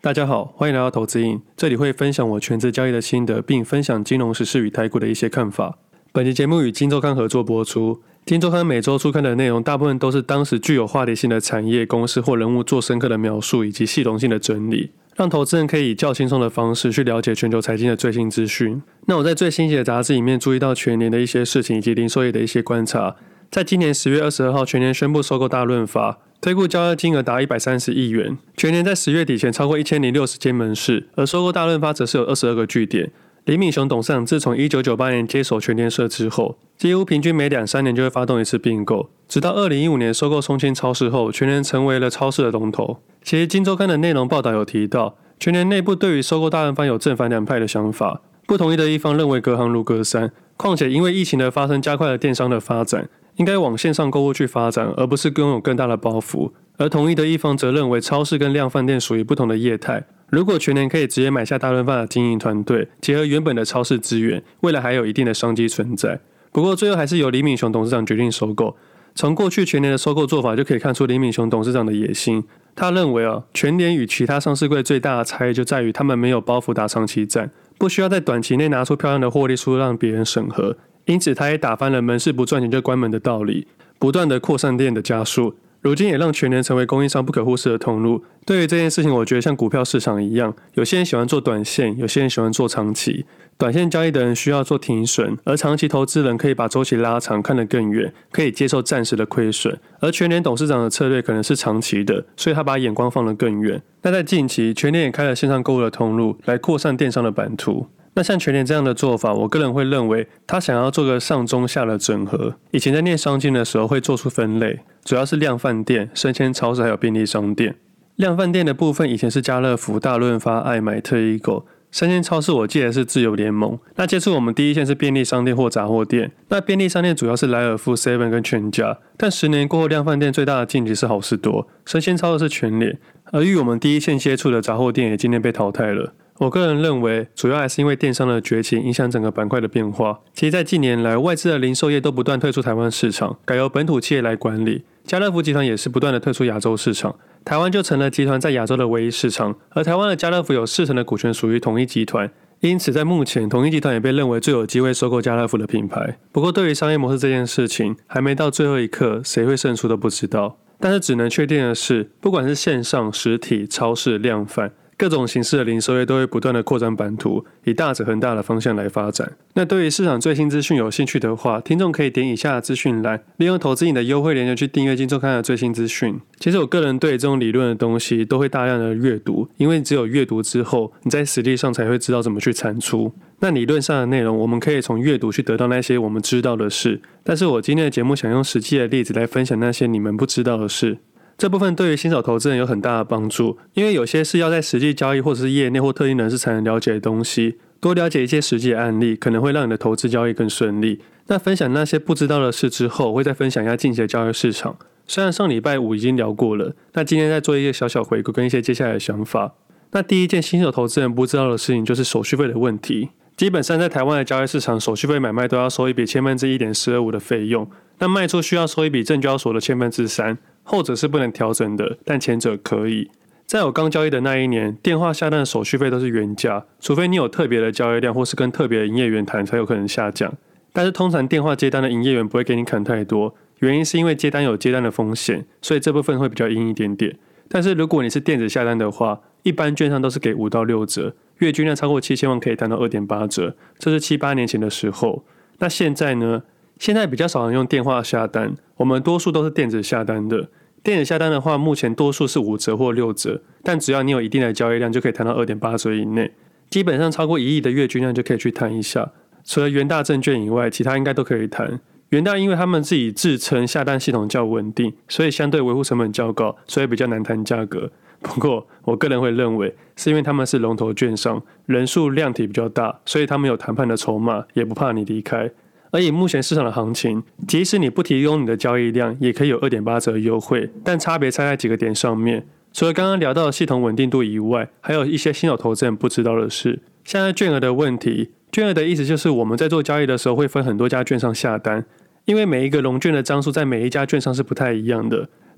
大家好，欢迎来到投资印，这里会分享我全职交易的心得，并分享金融时事与台股的一些看法。本期节目与金周刊合作播出。金周刊每周出刊的内容大部分都是当时具有话题性的产业、公司或人物做深刻的描述以及系统性的整理，让投资人可以以较轻松的方式去了解全球财经的最新资讯。那我在最新一期的杂志里面注意到全年的一些事情以及零售业的一些观察。在今年10月22号，全年宣布收购大润发，推估交易金额达130亿元。全年在10月底前超过1060间门市，而收购大润发则是有22个据点。李敏雄董事长自从1998年接手全联社之后，几乎平均每2-3年就会发动一次并购，直到2015年收购松青超市后，全联成为了超市的龙头。其实金周刊的内容报道有提到，全联内部对于收购大润发有正反两派的想法，不同意的一方认为隔行如隔山，况且因为疫情的发生加快了电商的发展，应该往线上购物去发展，而不是拥有更大的包袱。而同意的一方则认为超市跟量贩店属于不同的业态，如果全联可以直接买下大润发的经营团队，结合原本的超市资源，未来还有一定的商机存在。不过最后还是由李敏雄董事长决定收购。从过去全联的收购做法就可以看出李敏雄董事长的野心。他认为全联与其他上市柜最大的差异就在于他们没有包袱打长期战，不需要在短期内拿出漂亮的获利数让别人审核，因此他也打翻了门市不赚钱就关门的道理，不断的扩散店的家数，如今也让全联成为供应商不可忽视的通路。对于这件事情，我觉得像股票市场一样，有些人喜欢做短线，有些人喜欢做长期。短线交易的人需要做停损，而长期投资人可以把周期拉长，看得更远，可以接受暂时的亏损。而全联董事长的策略可能是长期的，所以他把眼光放得更远。那在近期，全联也开了线上购物的通路，来扩散电商的版图。那像全联这样的做法，我个人会认为他想要做个上中下的整合。以前在念商经的时候会做出分类，主要是量贩店、生鲜超市还有便利商店。量贩店的部分以前是家乐福、大润发、爱买、特一购，生鲜超市我记得是自由联盟。那接触我们第一线是便利商店或杂货店，那便利商店主要是莱尔富、7跟全家，但10年过后，量贩店最大的晋级是好事多，生鲜超市是全联，而与我们第一线接触的杂货店也今年被淘汰了。我个人认为，主要还是因为电商的崛起影响整个板块的变化。其实在近年来，外资的零售业都不断退出台湾市场，改由本土企业来管理。家乐福集团也是不断的退出亚洲市场，台湾就成了集团在亚洲的唯一市场。而台湾的家乐福有40%的股权属于统一集团，因此在目前，统一集团也被认为最有机会收购家乐福的品牌。不过对于商业模式这件事情，还没到最后一刻，谁会胜出都不知道。但是只能确定的是，不管是线上、实体、超市、量贩，各种形式的零售业都会不断的扩展版图，以大者恒大的方向来发展。那对于市场最新资讯有兴趣的话，听众可以点以下的资讯栏，利用投资瘾的优惠链接去订阅金周刊的最新资讯。其实我个人对这种理论的东西都会大量的阅读，因为只有阅读之后，你在实力上才会知道怎么去产出。那理论上的内容，我们可以从阅读去得到那些我们知道的事，但是我今天的节目想用实际的例子来分享那些你们不知道的事。这部分对于新手投资人有很大的帮助，因为有些是要在实际交易或者是业内或特定人士才能了解的东西，多了解一些实际的案例，可能会让你的投资交易更顺利。那分享那些不知道的事之后，我会再分享一下近期的交易市场。虽然上礼拜5已经聊过了，那今天再做一个小小回顾跟一些接下来的想法。那第一件新手投资人不知道的事情就是手续费的问题。基本上在台湾的交易市场，手续费买卖都要收一笔1/1.125%的费用，那卖出需要收一笔证交所的3%，后者是不能调整的，但前者可以。在我刚交易的那一年，电话下单的手续费都是原价，除非你有特别的交易量或是跟特别的营业员谈才有可能下降。但是通常电话接单的营业员不会给你砍太多，原因是因为接单有接单的风险，所以这部分会比较阴一点点。但是如果你是电子下单的话，一般券商都是给5到6折，月均量超过7000万可以谈到2.8折，这是7、8年前的时候。那现在呢？现在比较少人用电话下单，我们多数都是电子下单的。电子下单的话，目前多数是5折或6折，但只要你有一定的交易量，就可以谈到2.8折以内。基本上超过1亿的月均量就可以去谈一下。除了元大证券以外，其他应该都可以谈。元大因为他们自己自称下单系统较稳定，所以相对维护成本较高，所以比较难谈价格。不过我个人会认为，是因为他们是龙头券商，人数量体比较大，所以他们有谈判的筹码，也不怕你离开。而以目前市场的行情，即使你不提供你的交易量，也可以有2.8折优惠，但差别差在几个点上面。除了刚刚聊到的系统稳定度以外，还有一些新手投资人不知道的是，现在券额的问题。券额的意思就是我们在做交易的时候会分很多家券商下单，因为每一个融券的张数在每一家券商是不太一样的。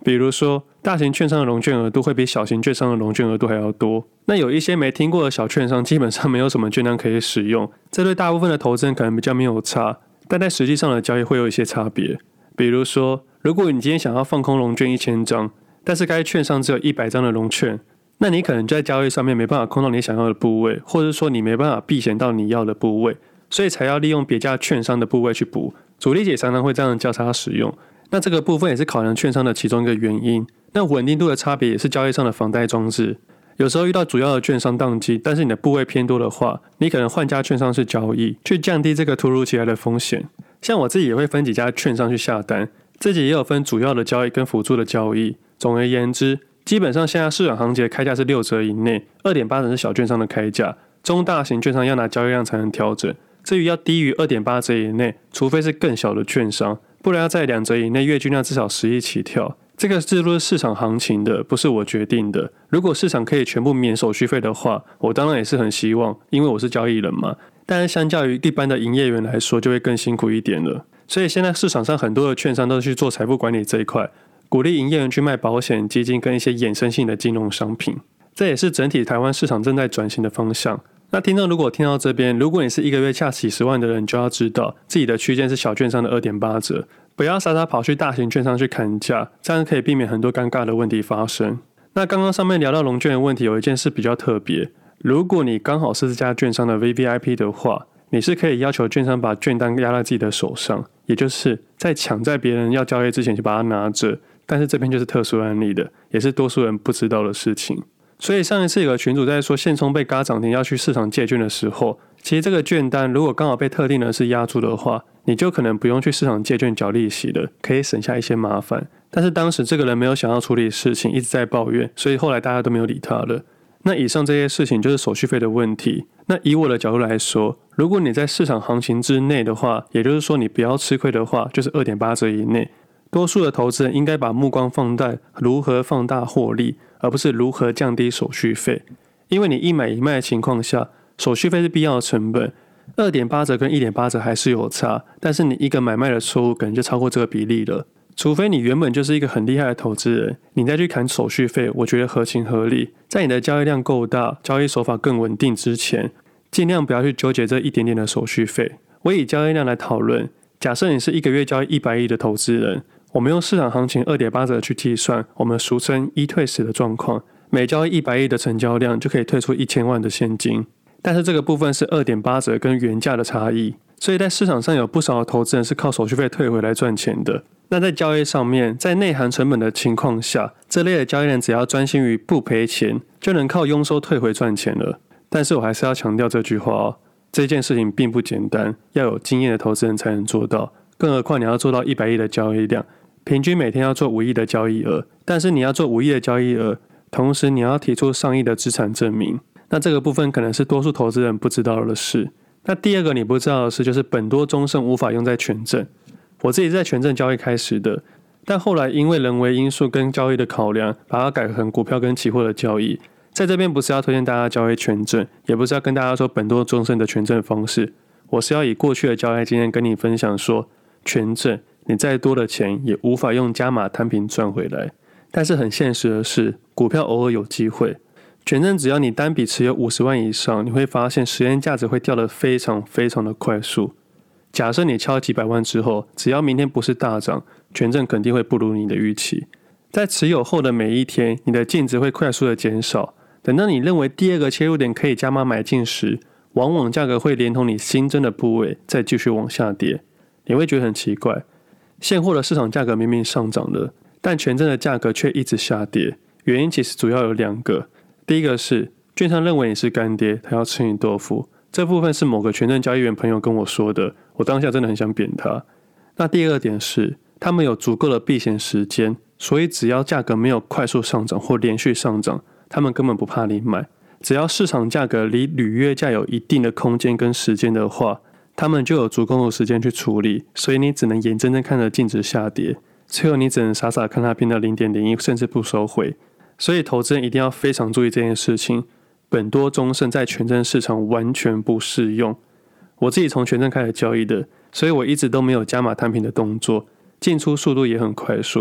比如说，大型券商的融券额度会比小型券商的融券额度还要多。那有一些没听过的小券商，基本上没有什么券单可以使用，这对大部分的投资人可能比较没有差，但在实际上的交易会有一些差别。比如说，如果你今天想要放空融券1000张，但是该券商只有100张的融券，那你可能就在交易上面没办法空到你想要的部位，或者说你没办法避险到你要的部位，所以才要利用别家券商的部位去补。主力也常常会这样交叉使用。那这个部分也是考量券商的其中一个原因。那稳定度的差别也是交易上的防呆装置。有时候遇到主要的券商宕机，但是你的部位偏多的话，你可能换家券商去交易，去降低这个突如其来的风险。像我自己也会分几家券商去下单，自己也有分主要的交易跟辅助的交易。总而言之，基本上现在市场行情的开价是6折以内， 2.8 折是小券商的开价，中大型券商要拿交易量才能调整。至于要低于 2.8 折以内，除非是更小的券商，不然要在2折以内，月均量至少10亿起跳。这个制度是市场行情的，不是我决定的。如果市场可以全部免手续费的话，我当然也是很希望，因为我是交易人嘛。但是相较于一般的营业员来说，就会更辛苦一点了。所以现在市场上很多的券商都去做财富管理这一块，鼓励营业员去卖保险、基金跟一些衍生性的金融商品。这也是整体台湾市场正在转型的方向。那听众如果听到这边，如果你是一个月下几十万的人，你就要知道自己的区间是小券商的 2.8 折，不要傻傻跑去大型券商去砍价，这样可以避免很多尴尬的问题发生。那刚刚上面聊到融券的问题，有一件事比较特别，如果你刚好是这家券商的 VVIP 的话，你是可以要求券商把券单压在自己的手上，也就是在抢在别人要交易之前就把它拿着。但是这边就是特殊案例的，也是多数人不知道的事情。所以上一次有个群组在说现充被嘎涨停要去市场借券的时候，其实这个券单如果刚好被特定人士压住的话，你就可能不用去市场借券缴利息了，可以省下一些麻烦。但是当时这个人没有想要处理事情，一直在抱怨，所以后来大家都没有理他了。那以上这些事情就是手续费的问题。那以我的角度来说，如果你在市场行情之内的话，也就是说你不要吃亏的话，就是 2.8 折以内。多数的投资人应该把目光放在如何放大获利，而不是如何降低手续费。因为你一买一卖的情况下，手续费是必要的成本， 2.8 折跟 1.8 折还是有差，但是你一个买卖的错误可能就超过这个比例了。除非你原本就是一个很厉害的投资人，你再去砍手续费，我觉得合情合理。在你的交易量够大，交易手法更稳定之前，尽量不要去纠结这一点点的手续费。我以交易量来讨论，假设你是一个月交易100亿的投资人，我们用市场行情 2.8 折去计算，我们俗称一退十的状况，每交易100亿的成交量就可以退出1000万的现金。但是这个部分是 2.8 折跟原价的差异，所以在市场上有不少的投资人是靠手续费退回来赚钱的。那在交易上面，在内含成本的情况下，这类的交易人只要专心于不赔钱，就能靠佣收退回赚钱了。但是我还是要强调这句话哦，这件事情并不简单，要有经验的投资人才能做到。更何况你要做到100亿的交易量，平均每天要做5亿的交易额，但是你要做5亿的交易额，同时你要提出上亿的资产证明。那这个部分可能是多数投资人不知道的事。那第二个你不知道的事，就是本多终胜无法用在权证。我自己是在权证交易开始的，但后来因为人为因素跟交易的考量，把它改成股票跟期货的交易。在这边不是要推荐大家交易权证，也不是要跟大家说本多终胜的权证方式，我是要以过去的交易经验跟你分享说，权证你再多的钱也无法用加码摊平赚回来。但是很现实的是，股票偶尔有机会。权证只要你单笔持有50万以上，你会发现时间价值会掉得非常非常的快速。假设你敲几百万之后，只要明天不是大涨，权证肯定会不如你的预期。在持有后的每一天，你的净值会快速的减少。等到你认为第二个切入点可以加码买进时，往往价格会连同你新增的部位再继续往下跌。你会觉得很奇怪，现货的市场价格明明上涨了，但权证的价格却一直下跌。原因其实主要有2个。第一个是券商认为你是干爹，他要吃你豆腐，这部分是某个权证交易员朋友跟我说的，我当下真的很想扁他。那第二点是他们有足够的避险时间，所以只要价格没有快速上涨或连续上涨，他们根本不怕你买。只要市场价格离履约价有一定的空间跟时间的话，他们就有足够的时间去处理，所以你只能眼睁睁看着净值下跌，最后你只能傻傻看它变到 0.01 甚至不收回。所以投资人一定要非常注意这件事情，本多终胜在权证市场完全不适用。我自己从权证开始交易的，所以我一直都没有加码摊平的动作，进出速度也很快速。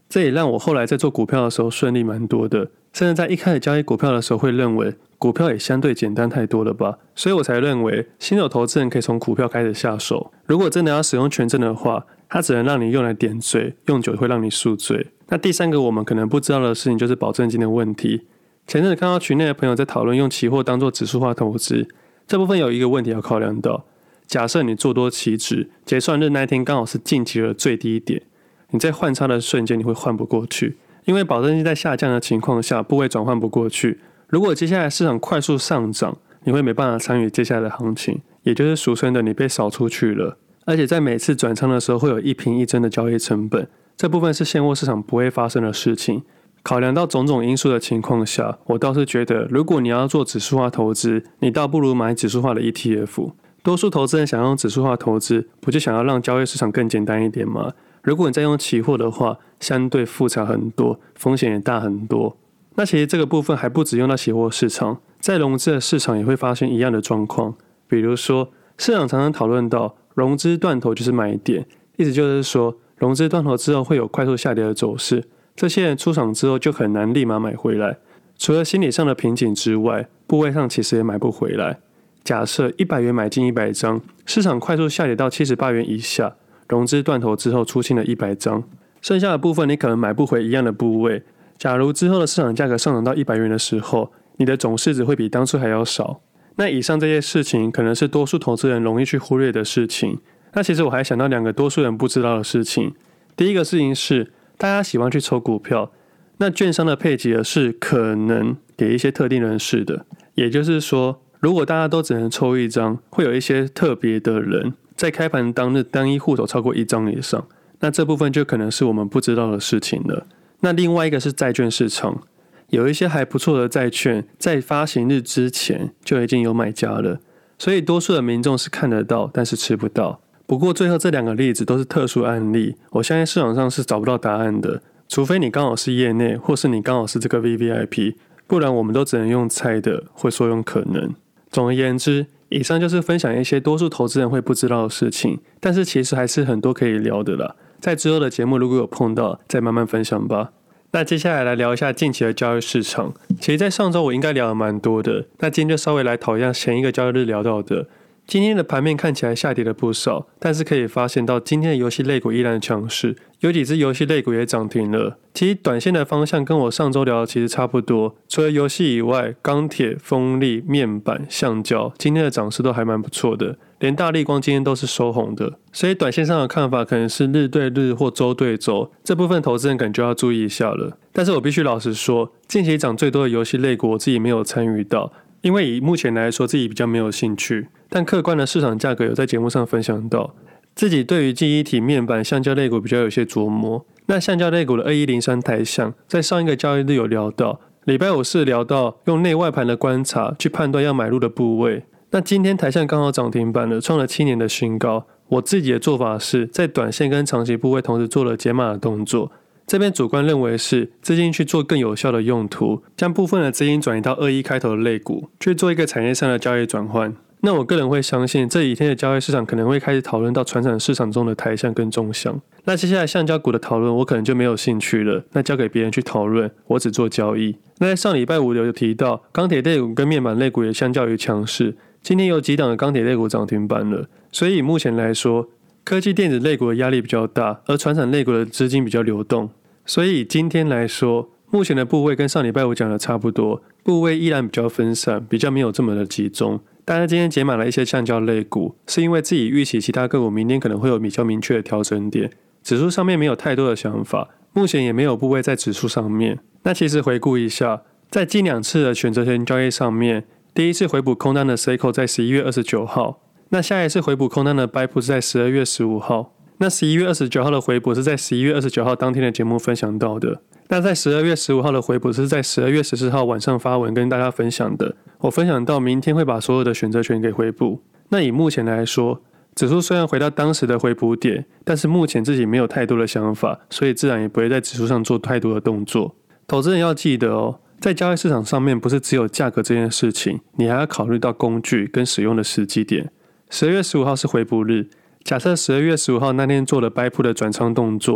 这也让我后来在做股票的时候顺利蛮多的，甚至在一开始交易股票的时候会认为股票也相对简单太多了吧，所以我才认为新手投资人可以从股票开始下手。如果真的要使用权证的话，它只能让你用来点缀，用久会让你宿醉。那第三个我们可能不知道的事情就是保证金的问题。前阵子看到群内的朋友在讨论用期货当做指数化投资，这部分有一个问题要考量到，假设你做多期指，结算日那一天刚好是近期的最低点，你在换差的瞬间你会换不过去，因为保证金在下降的情况下部位转换不过去。如果接下来市场快速上涨，你会没办法参与接下来的行情，也就是俗称的你被扫出去了。而且在每次转仓的时候会有一平一增的交易成本，这部分是现货市场不会发生的事情。考量到种种因素的情况下，我倒是觉得如果你要做指数化投资，你倒不如买指数化的 ETF。多数投资人想用指数化投资，不就想要让交易市场更简单一点吗？如果你再用期货的话，相对复杂很多，风险也大很多。那其实这个部分还不只用到期货市场，在融资的市场也会发生一样的状况。比如说，市场常常讨论到融资断头就是买点，意思就是说融资断头之后会有快速下跌的走势，这些人出场之后就很难立马买回来。除了心理上的瓶颈之外，部位上其实也买不回来。假设100元买进100张，市场快速下跌到78元以下，融资断头之后出清了100张，剩下的部分你可能买不回一样的部位。假如之后的市场价格上涨到100元的时候，你的总市值会比当初还要少。那以上这些事情可能是多数投资人容易去忽略的事情。那其实我还想到2个多数人不知道的事情。第一个事情是，大家喜欢去抽股票，那券商的配给是可能给一些特定人士的，也就是说，如果大家都只能抽一张，会有一些特别的人在开盘当日单一户头超过1张以上，那这部分就可能是我们不知道的事情了。那另外一个是债券市场，有一些还不错的债券在发行日之前就已经有买家了，所以多数的民众是看得到但是吃不到。不过最后这2个例子都是特殊案例，我相信市场上是找不到答案的，除非你刚好是业内，或是你刚好是这个 VVIP， 不然我们都只能用猜的，或说用可能。总而言之，以上就是分享一些多数投资人会不知道的事情，但是其实还是很多可以聊的啦。在之后的节目如果有碰到，再慢慢分享吧。那接下来聊一下近期的交易市场。其实在上周我应该聊的蛮多的，那今天就稍微来讨一下前一个交易日聊到的。今天的盘面看起来下跌了不少，但是可以发现到今天的游戏类股依然强势，有几只游戏类股也涨停了。其实短线的方向跟我上周聊的其实差不多，除了游戏以外，钢铁、风力、面板、橡胶今天的涨势都还蛮不错的，连大立光今天都是收红的。所以短线上的看法可能是日对日或周对周，这部分投资人可能就要注意一下了。但是我必须老实说，近期涨最多的游戏类股我自己没有参与到，因为以目前来说自己比较没有兴趣，但客观的市场价格有在节目上分享到，自己对于记忆体、面板、橡胶类股比较有些琢磨。那橡胶类股的2103台橡，在上一个交易日有聊到，礼拜五是聊到用内外盘的观察去判断要买入的部位。那今天台橡刚好涨停板了，创了7年的新高。我自己的做法是在短线跟长期部位同时做了解码的动作。这边主观认为是资金去做更有效的用途，将部分的资金转移到21开头的类股，去做一个产业上的交易转换。那我个人会相信这几天的交易市场可能会开始讨论到传产市场中的台橡跟中橡。那接下来橡胶股的讨论我可能就没有兴趣了，那交给别人去讨论，我只做交易。那在上礼拜五有提到钢铁类股跟面板类股也相较于强势，今天有几档的钢铁类股涨停板了，所以以目前来说，科技电子类股的压力比较大，而传产类股的资金比较流动。所以以今天来说，目前的部位跟上礼拜五讲的差不多，部位依然比较分散，比较没有这么的集中。但是今天解码了一些橡胶类股，是因为自己预期其他个股明天可能会有比较明确的调整点，指数上面没有太多的想法，目前也没有部位在指数上面。那其实回顾一下，在近2次的选择权交易上面，第一次回补空单的 Seiko 在11月29号，那下一次回补空单的 Buy Put 是在12月15号。那11月29号的回补是在11月29号当天的节目分享到的。那在12月15号的回补是在12月14号晚上发文跟大家分享的。我分享到明天会把所有的选择权给回补。那以目前来说，指数虽然回到当时的回补点，但是目前自己没有太多的想法，所以自然也不会在指数上做太多的动作。投资人要记得哦，在交易市场上面不是只有价格这件事情，你还要考虑到工具跟使用的时机点。12月15号是回补日，假设12月15号那天做了 Buy Put 的转仓动作，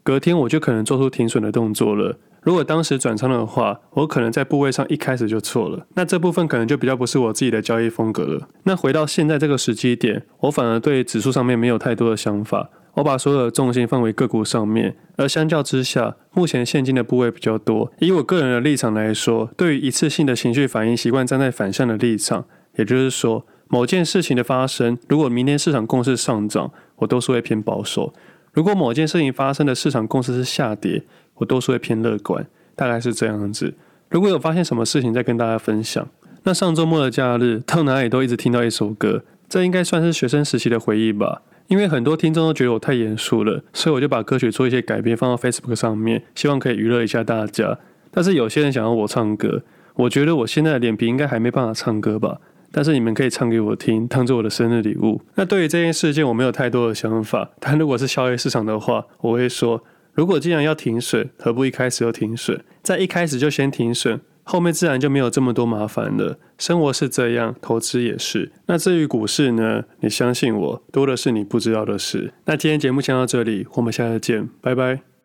隔天我就可能做出停损的动作了。如果当时转仓的话，我可能在部位上一开始就错了，那这部分可能就比较不是我自己的交易风格了。那回到现在这个时机点，我反而对指数上面没有太多的想法，我把所有的重心放回个股上面，而相较之下，目前现金的部位比较多。以我个人的立场来说，对于一次性的情绪反应习惯站在反向的立场，也就是说，某件事情的发生，如果明天市场共识上涨，我都是会偏保守；如果某件事情发生的市场共识是下跌，我都是会偏乐观，大概是这样子。如果有发现什么事情再跟大家分享。那上周末的假日，到哪里都一直听到一首歌，这应该算是学生时期的回忆吧。因为很多听众都觉得我太严肃了，所以我就把歌曲做一些改编放到 Facebook 上面，希望可以娱乐一下大家。但是有些人想要我唱歌，我觉得我现在的脸皮应该还没办法唱歌吧。但是你们可以唱给我听，当做我的生日礼物。那对于这件事件我没有太多的想法，但如果是宵夜市场的话，我会说，如果既然要停损，何不一开始就停损，在一开始就先停损，后面自然就没有这么多麻烦了。生活是这样，投资也是。那至于股市呢？你相信我，多的是你不知道的事。那今天节目先到这里，我们下次见，拜拜。